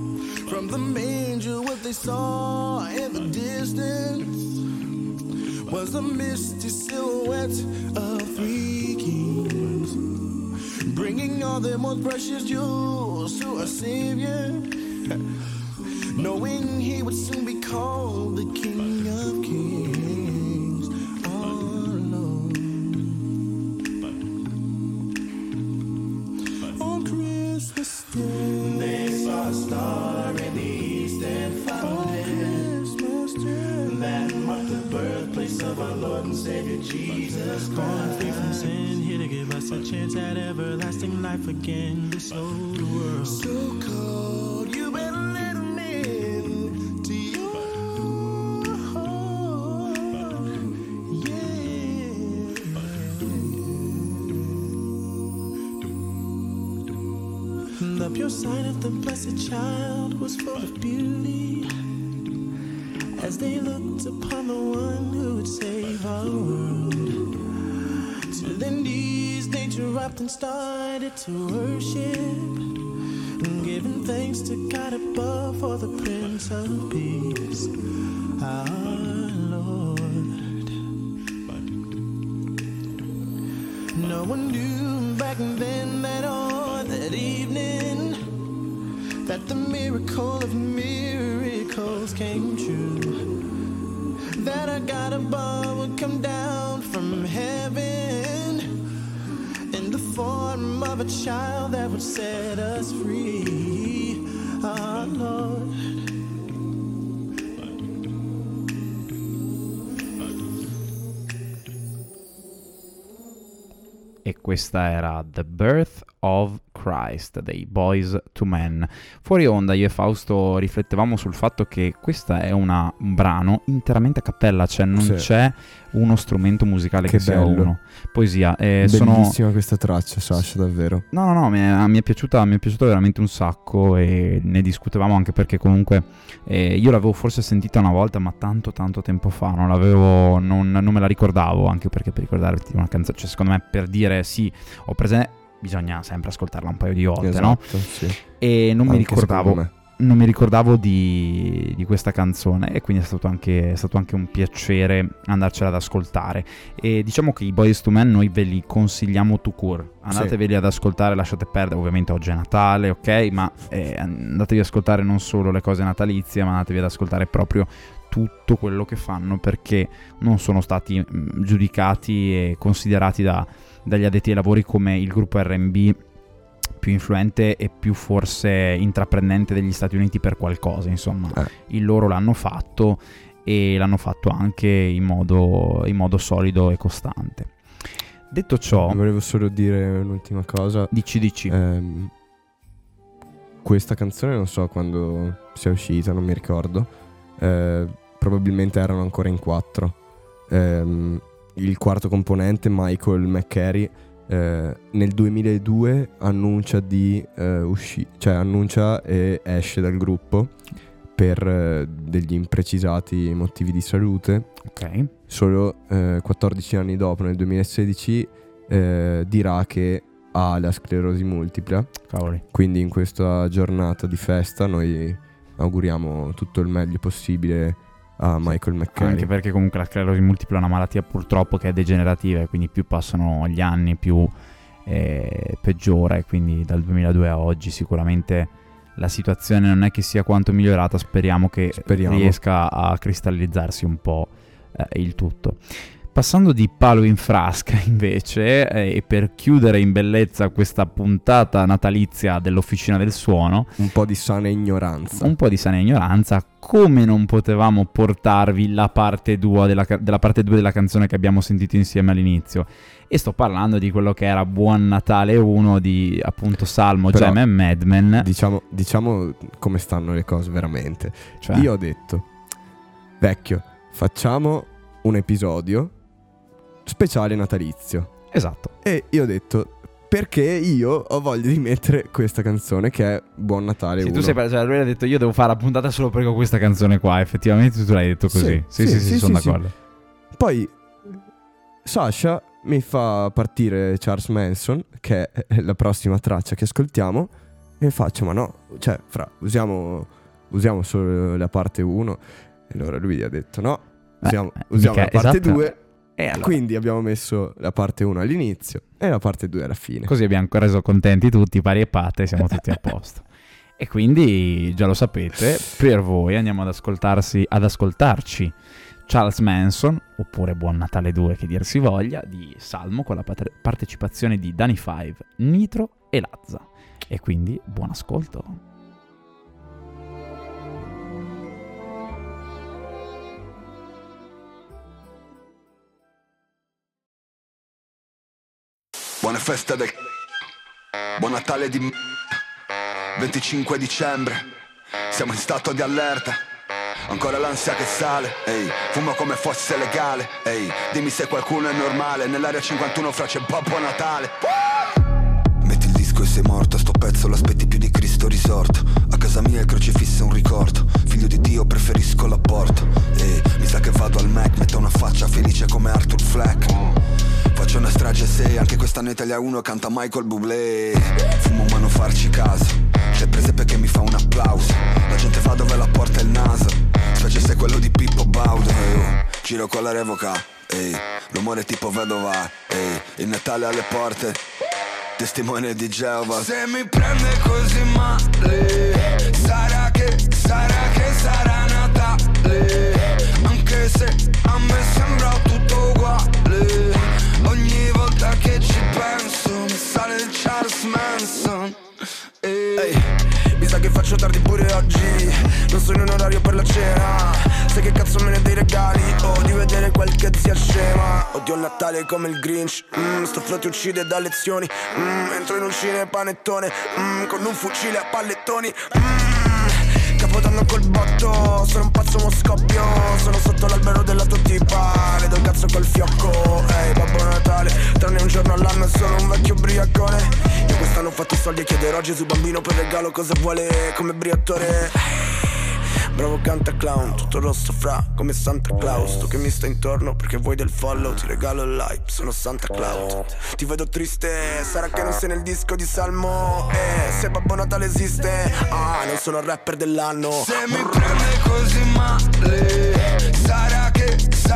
From the manger what they saw in the distance was the misty silhouette of three kings, bringing all their most precious jewels to our Savior, knowing he would soon be called the King of Kings, our Lord. On Christmas Day, they saw a star in the east and found that marked the birthplace of our Lord and Savior Jesus Christ. Born free from sin, here to give us a chance at everlasting life again. This old world so cold, you better let him in to your heart. Yeah. The pure sight of the blessed child was full of beauty as they looked upon the one who would save our world. To their knees they dropped and started to worship, giving thanks to God above for the Prince of Peace, our Lord. No one knew back then that on that evening that the miracle of miracles came true, that our God above would come down from heaven in the form of a child that would set us free, our Lord. E questa era The Birth of Christ dei Boyz II Men. Fuori onda io e Fausto riflettevamo sul fatto che questa è un brano interamente a cappella, cioè non c'è uno strumento musicale che sia uno. Poesia. Bellissima questa traccia, Sasha, davvero. No, mi è piaciuta veramente un sacco, e ne discutevamo anche perché comunque io l'avevo forse sentita una volta, ma tanto tempo fa, non me la ricordavo, anche perché per ricordarti una canzone, cioè secondo me per dire sì, ho presente, bisogna sempre ascoltarla un paio di volte, esatto, no? Sì. E non mi ricordavo di questa canzone, e quindi è stato anche un piacere andarcela ad ascoltare. E diciamo che i Boyz II Men noi ve li consigliamo tout court, andateveli ad ascoltare, lasciate perdere, ovviamente oggi è Natale, ok, ma andatevi ad ascoltare non solo le cose natalizie, ma andatevi ad ascoltare proprio tutto quello che fanno, perché non sono stati giudicati e considerati dagli addetti ai lavori come il gruppo R&B più influente e più forse intraprendente degli Stati Uniti per qualcosa, insomma. Il loro l'hanno fatto, e l'hanno fatto anche in modo solido e costante. Detto ciò, volevo solo dire un'ultima cosa. Dici. Questa canzone non so quando sia uscita, non mi ricordo, probabilmente erano ancora in 4. Il quarto componente, Michael McCary, nel 2002 annuncia annuncia e esce dal gruppo per degli imprecisati motivi di salute. Ok. Solo 14 anni dopo, nel 2016, dirà che ha la sclerosi multipla. Cavoli. Quindi in questa giornata di festa noi auguriamo tutto il meglio possibile a Michael McCary. Anche perché comunque la sclerosi multipla è una malattia purtroppo che è degenerativa, e quindi più passano gli anni più peggiora, e quindi dal 2002 a oggi sicuramente la situazione non è che sia quanto migliorata. Speriamo che riesca a cristallizzarsi un po' il tutto. Passando di palo in frasca invece, e per chiudere in bellezza questa puntata natalizia dell'Officina del Suono, un po' di sana ignoranza, come non potevamo portarvi la parte 2 della parte 2 della canzone che abbiamo sentito insieme all'inizio, e sto parlando di quello che era Buon Natale 1 di appunto Salmo, Jam e Madman. Diciamo come stanno le cose veramente. Cioè? Io ho detto, vecchio, facciamo un episodio speciale natalizio. Esatto. E io ho detto, perché io ho voglia di mettere questa canzone che è Buon Natale 1. Tu sei, cioè, lui ha detto io devo fare la puntata solo perché ho questa canzone qua. Effettivamente tu l'hai detto così. Sì, sono d'accordo. Poi Sasha mi fa partire Charles Manson, che è la prossima traccia che ascoltiamo, e faccio, ma no, cioè, usiamo solo la parte 1. E allora lui ha detto, no, usiamo la parte 2. Allora. Quindi abbiamo messo la parte 1 all'inizio e la parte 2 alla fine. Così abbiamo reso contenti tutti, pari e patte, siamo tutti a posto. E quindi, già lo sapete, per voi andiamo ad ascoltarci Charles Manson, oppure Buon Natale 2 che dir si voglia, di Salmo, con la partecipazione di Danny Five, Nitro e Lazza. E quindi buon ascolto. Buone feste del Buon Natale di 25 dicembre. Siamo in stato di allerta. Ancora l'ansia che sale, ehi, fumo come fosse legale, ehi, dimmi se qualcuno è normale. Nell'area 51 fra c'è Babbo Natale. Metti il disco e sei morto, sto pezzo l'aspetti più di Cristo risorto. A casa mia il crocifisso è un ricordo, figlio di Dio preferisco l'aborto. Ehi, mi sa che vado al Mac, metto una faccia felice come Arthur Fleck. Faccio una strage se anche quest'anno Italia 1 canta Michael Bublé. Fumo ma non farci caso, c'è presepe che mi fa un applauso. La gente va dove la porta il naso, specie se quello di Pippo Baudo. Giro con la revoca, ehi, l'umore tipo vedova, ehi, il Natale alle porte, testimone di Geova. Se mi prende così male, sarà che sarà Natale, anche se a me sembra tutto uguale. Ogni volta che ci penso mi sale il Charles Manson. Ehi, mi sa che faccio tardi pure oggi, non sono in orario per la cena. Sai che cazzo me ne dei regali o di vedere qualche zia scema. Odio il Natale come il Grinch, sto flow ti uccide da lezioni. Entro in un cinepanettone, con un fucile a pallettoni. Capodanno col botto, sono un pazzo moscoppio. Sono sotto l'albero della tua tipa, le do il cazzo col fiocco. Ehi, Babbo Natale, tranne un giorno all'anno è solo un vecchio briacone. Io quest'anno ho fatto soldi e chiederò a Gesù bambino per regalo cosa vuole come briatore. Bravo canta clown, tutto rosso fra come Santa Claus. Tu che mi stai intorno perché vuoi del follow, ti regalo il like, sono Santa Claus. Ti vedo triste, sarà che non sei nel disco di Salmo. Se Babbo Natale esiste, non sono il rapper dell'anno. Se mi prende così male, sarà che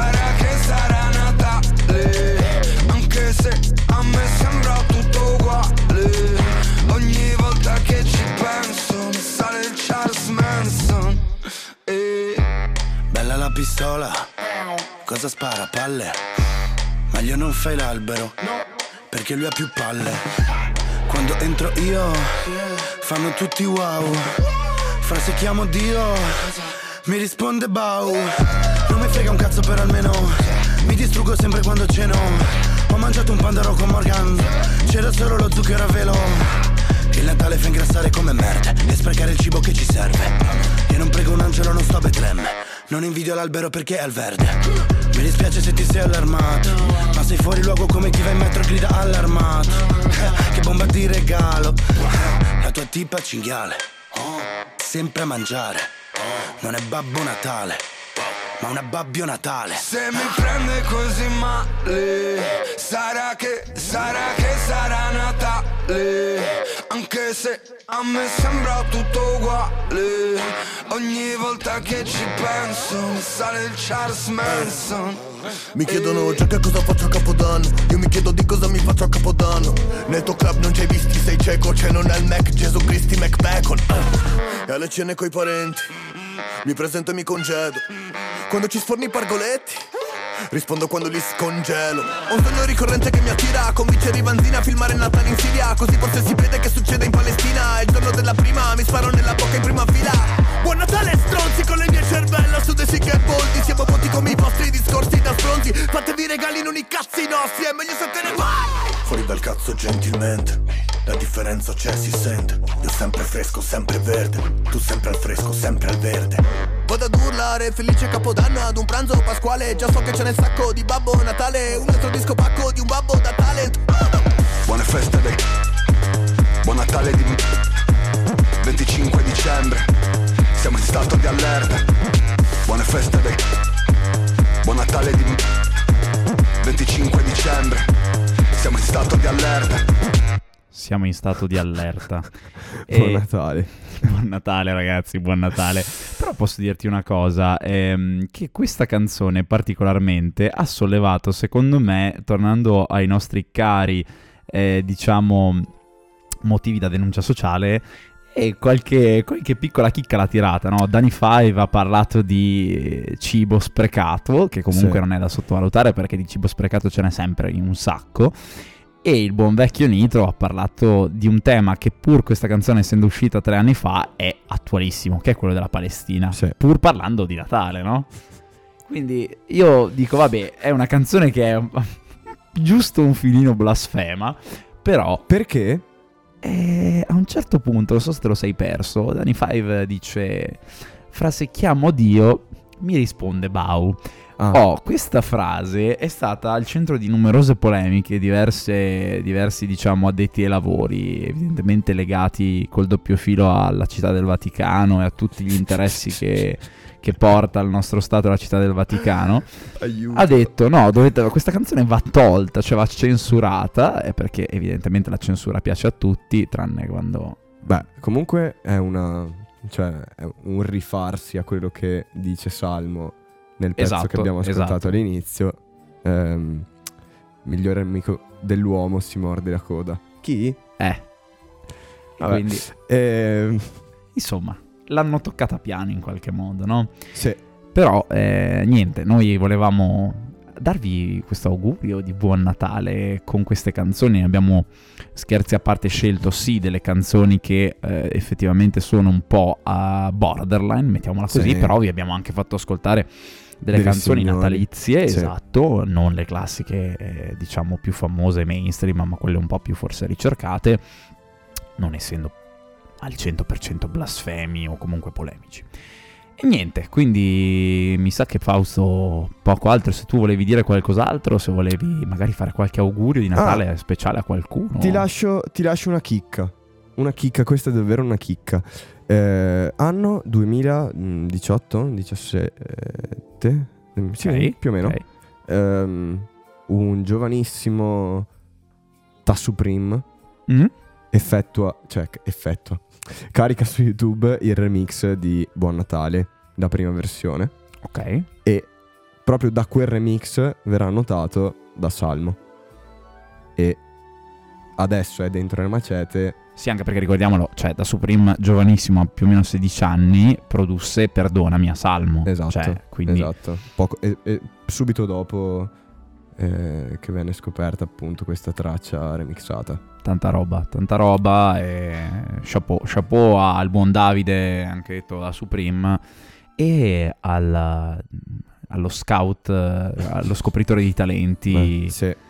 sarà Natale, anche se a me sembra tutto uguale. Ogni volta che ci penso mi sale il Charles Manson. Bella la pistola, cosa spara? Palle? Meglio non fai l'albero, perché lui ha più palle. Quando entro io, fanno tutti wow. Fra se chiamo Dio, mi risponde Bau. Non mi frega un cazzo però almeno mi distruggo sempre quando ceno. Ho mangiato un pandaro con Morgan, c'era solo lo zucchero a velo. Il Natale fa ingrassare come merda e sprecare il cibo che ci serve. Io non prego un angelo, non sto a Betlemme, non invidio l'albero perché è al verde. Mi dispiace se ti sei allarmato, ma sei fuori luogo come chi va in metro e grida allarmato. Che bomba di regalo, la tua tipa cinghiale, sempre a mangiare. Non è Babbo Natale, ma una Babbio Natale. Se mi prende così male, sarà che sarà Natale, anche se a me sembra tutto uguale. Ogni volta che ci penso mi sale il Charles Manson. Mi chiedono già che cosa faccio a Capodanno, io mi chiedo di cosa mi faccio a Capodanno. Nel tuo club non ci hai visti, sei cieco, c'è non è il Mac, Gesù Cristi, McBacon. E alle cene coi parenti mi presento e mi congedo. Quando ci sforni i pargoletti rispondo quando li scongelo. Ho un sogno ricorrente che mi attira, convincere i Vanzina a filmare il Natale in Siria, così forse si vede che succede in Palestina. Il giorno della prima mi sparo nella bocca in prima fila. Buon Natale stronzi, con le mie cervello su dei sick e boldi. Siamo pronti come i vostri discorsi da stronzi. Fatevi regali, non i cazzi nostri, è meglio se te ne vai. Fuori dal cazzo gentilmente, la differenza c'è, si sente. Io sempre fresco, sempre verde, tu sempre al fresco, sempre al verde. Vado ad urlare, felice Capodanno ad un pranzo pasquale. Già so che c'è nel sacco di Babbo Natale, un altro disco pacco di un babbo da talent. Buone feste del Buon Natale di 25 dicembre. Siamo in stato di allerta. Buone feste del Buon Natale di 25 dicembre. Siamo in stato di allerta. Siamo in stato di allerta. Buon Natale. Buon Natale ragazzi, buon Natale. Però posso dirti una cosa, che questa canzone particolarmente ha sollevato, secondo me, tornando ai nostri cari, diciamo, motivi da denuncia sociale, e qualche piccola chicca l'ha tirata, no? Danny Five ha parlato di cibo sprecato, che comunque non è da sottovalutare perché di cibo sprecato ce n'è sempre in un sacco. E il buon vecchio Nitro ha parlato di un tema che, pur questa canzone essendo uscita 3 anni fa, è attualissimo, che è quello della Palestina, pur parlando di Natale, no? Quindi io dico, vabbè, è una canzone che è giusto un filino blasfema, però... Perché? A un certo punto, non so se te lo sei perso, Danny Five dice: fra se chiamo Dio, mi risponde Bau. Questa frase è stata al centro di numerose polemiche, diversi diciamo addetti ai lavori, evidentemente legati col doppio filo alla Città del Vaticano e a tutti gli interessi che porta il nostro Stato alla Città del Vaticano. Aiuto. Ha detto no, questa canzone va tolta, cioè va censurata, perché evidentemente la censura piace a tutti, tranne quando... Beh, comunque è un rifarsi a quello che dice Salmo nel pezzo che abbiamo ascoltato all'inizio. Migliore amico dell'uomo si morde la coda. Chi? Vabbè. Quindi insomma, l'hanno toccata piano in qualche modo, no? Sì. Però niente, noi volevamo darvi questo augurio di buon Natale con queste canzoni. Abbiamo, scherzi a parte, scelto delle canzoni che effettivamente sono un po' a borderline, mettiamola così, però vi abbiamo anche fatto ascoltare delle canzoni natalizie, esatto, non le classiche diciamo più famose mainstream, ma quelle un po' più forse ricercate, non essendo al 100% blasfemi o comunque polemici. E niente, quindi mi sa che Fausto poco altro. Se tu volevi dire qualcos'altro, se volevi magari fare qualche augurio di Natale speciale a qualcuno. Ti lascio una chicca. Una chicca, questa è davvero una chicca. Anno 2018, 17, sì, più o meno. Un giovanissimo Ta Supreme carica su YouTube il remix di Buon Natale, la prima versione. Ok. E proprio da quel remix verrà notato da Salmo. E adesso è dentro le macete. Sì, anche perché ricordiamolo, cioè Da Supreme, giovanissimo, più o meno 16 anni, produsse Perdonami a Salmo. Esatto, cioè, quindi... esatto. E subito dopo che venne scoperta appunto questa traccia remixata. Tanta roba, e chapeau al buon Davide, anche detto Da Supreme, e allo scout, allo scopritore di talenti,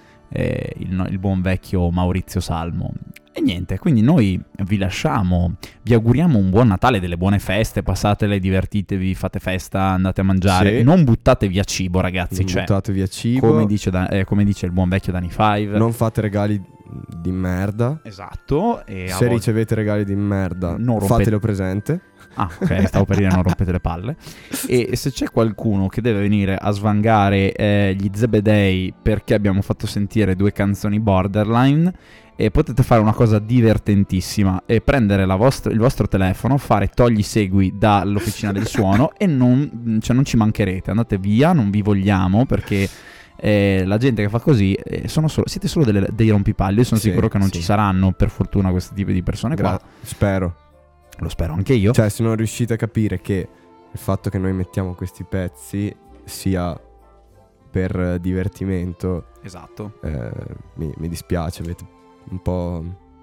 il buon vecchio Maurizio Salmo. E niente, quindi noi vi lasciamo, vi auguriamo un buon Natale, delle buone feste, passatele, divertitevi, fate festa, andate a mangiare, non buttate via cibo ragazzi, non buttate via cibo, come dice il buon vecchio Danny Five, non fate regali di merda. Esatto. E se ricevete regali di merda, fatelo presente. Ok, stavo per dire non rompete le palle. E se c'è qualcuno che deve venire a svangare gli Zebedei perché abbiamo fatto sentire 2 canzoni borderline, potete fare una cosa divertentissima e prendere il vostro telefono, fare togli segui dall'officina del suono e non ci mancherete, andate via, non vi vogliamo, perché la gente che fa così siete solo dei rompipalli. Io sono sicuro che non ci saranno, per fortuna, questo tipo di persone qua. Spero. Lo spero anche io. Cioè, se non riuscite a capire che il fatto che noi mettiamo questi pezzi sia per divertimento, esatto, mi dispiace, avete un po'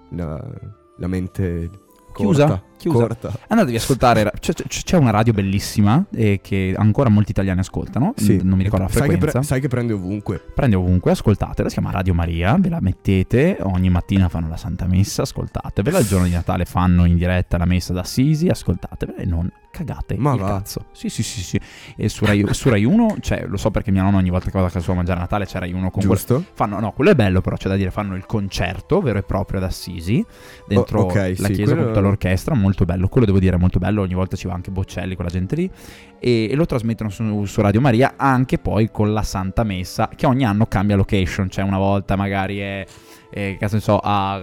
la mente chiusa. Corta. Andatevi ad ascoltare, c'è una radio bellissima che ancora molti italiani ascoltano, non mi ricordo la frequenza. Sai che prende ovunque, ascoltatela, si chiama Radio Maria, ve la mettete, ogni mattina fanno la Santa Messa, ascoltatevela, il giorno di Natale fanno in diretta la messa d'Assisi, ascoltatevela, e non cagate. Ma il va. cazzo. Sì. E su Rai 1, cioè, lo so perché mia nonna ogni volta che vado a casa sua a mangiare a Natale c'è Rai 1 con Giusto? quello è bello, però c'è da dire, fanno il concerto vero e proprio ad Assisi dentro la chiesa con tutta l'orchestra, molto bello, quello devo dire molto bello, ogni volta ci va anche Boccelli, quella gente lì, e lo trasmettono su Radio Maria anche poi con la Santa Messa, che ogni anno cambia location, cioè una volta magari è cazzo ne so,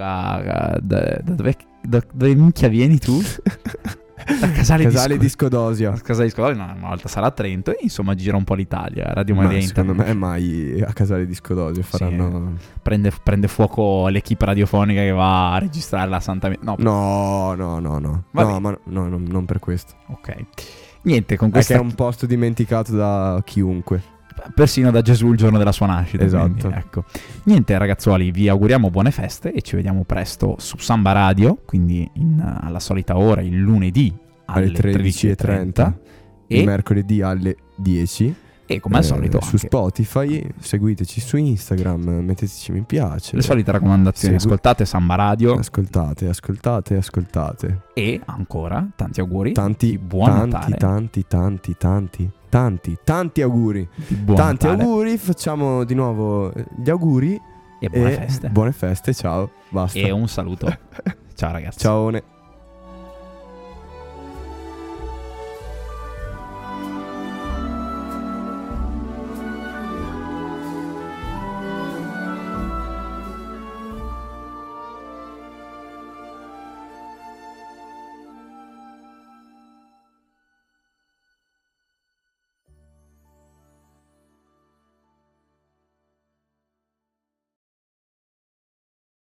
dove minchia vieni tu? Da Casale Discodosia. Casale Discodosia, no, una volta sarà a Trento, e insomma gira un po' l'Italia. Radio Maria secondo me mai a Casale Discodosia faranno. Sì, prende fuoco l'equipe radiofonica che va a registrare la Santa Messa. No. Non per questo. Ok. Niente, con questa. È che è un posto dimenticato da chiunque. Persino da Gesù il giorno della sua nascita. Esatto. Quindi, ecco. Niente ragazzuoli, vi auguriamo buone feste e ci vediamo presto su Samba Radio, quindi alla solita ora, il lunedì alle 13:30 e il mercoledì alle 10. E come al solito su Spotify, seguiteci su Instagram, metteteci mi piace. Le solite raccomandazioni, ascoltate Samba Radio. Ascoltate. E ancora tanti auguri. Buon Natale. Tanti auguri. Tanti auguri, facciamo di nuovo gli auguri e buone feste. Buone feste, ciao. Basta. E un saluto. Ciao ragazzi. Ciao.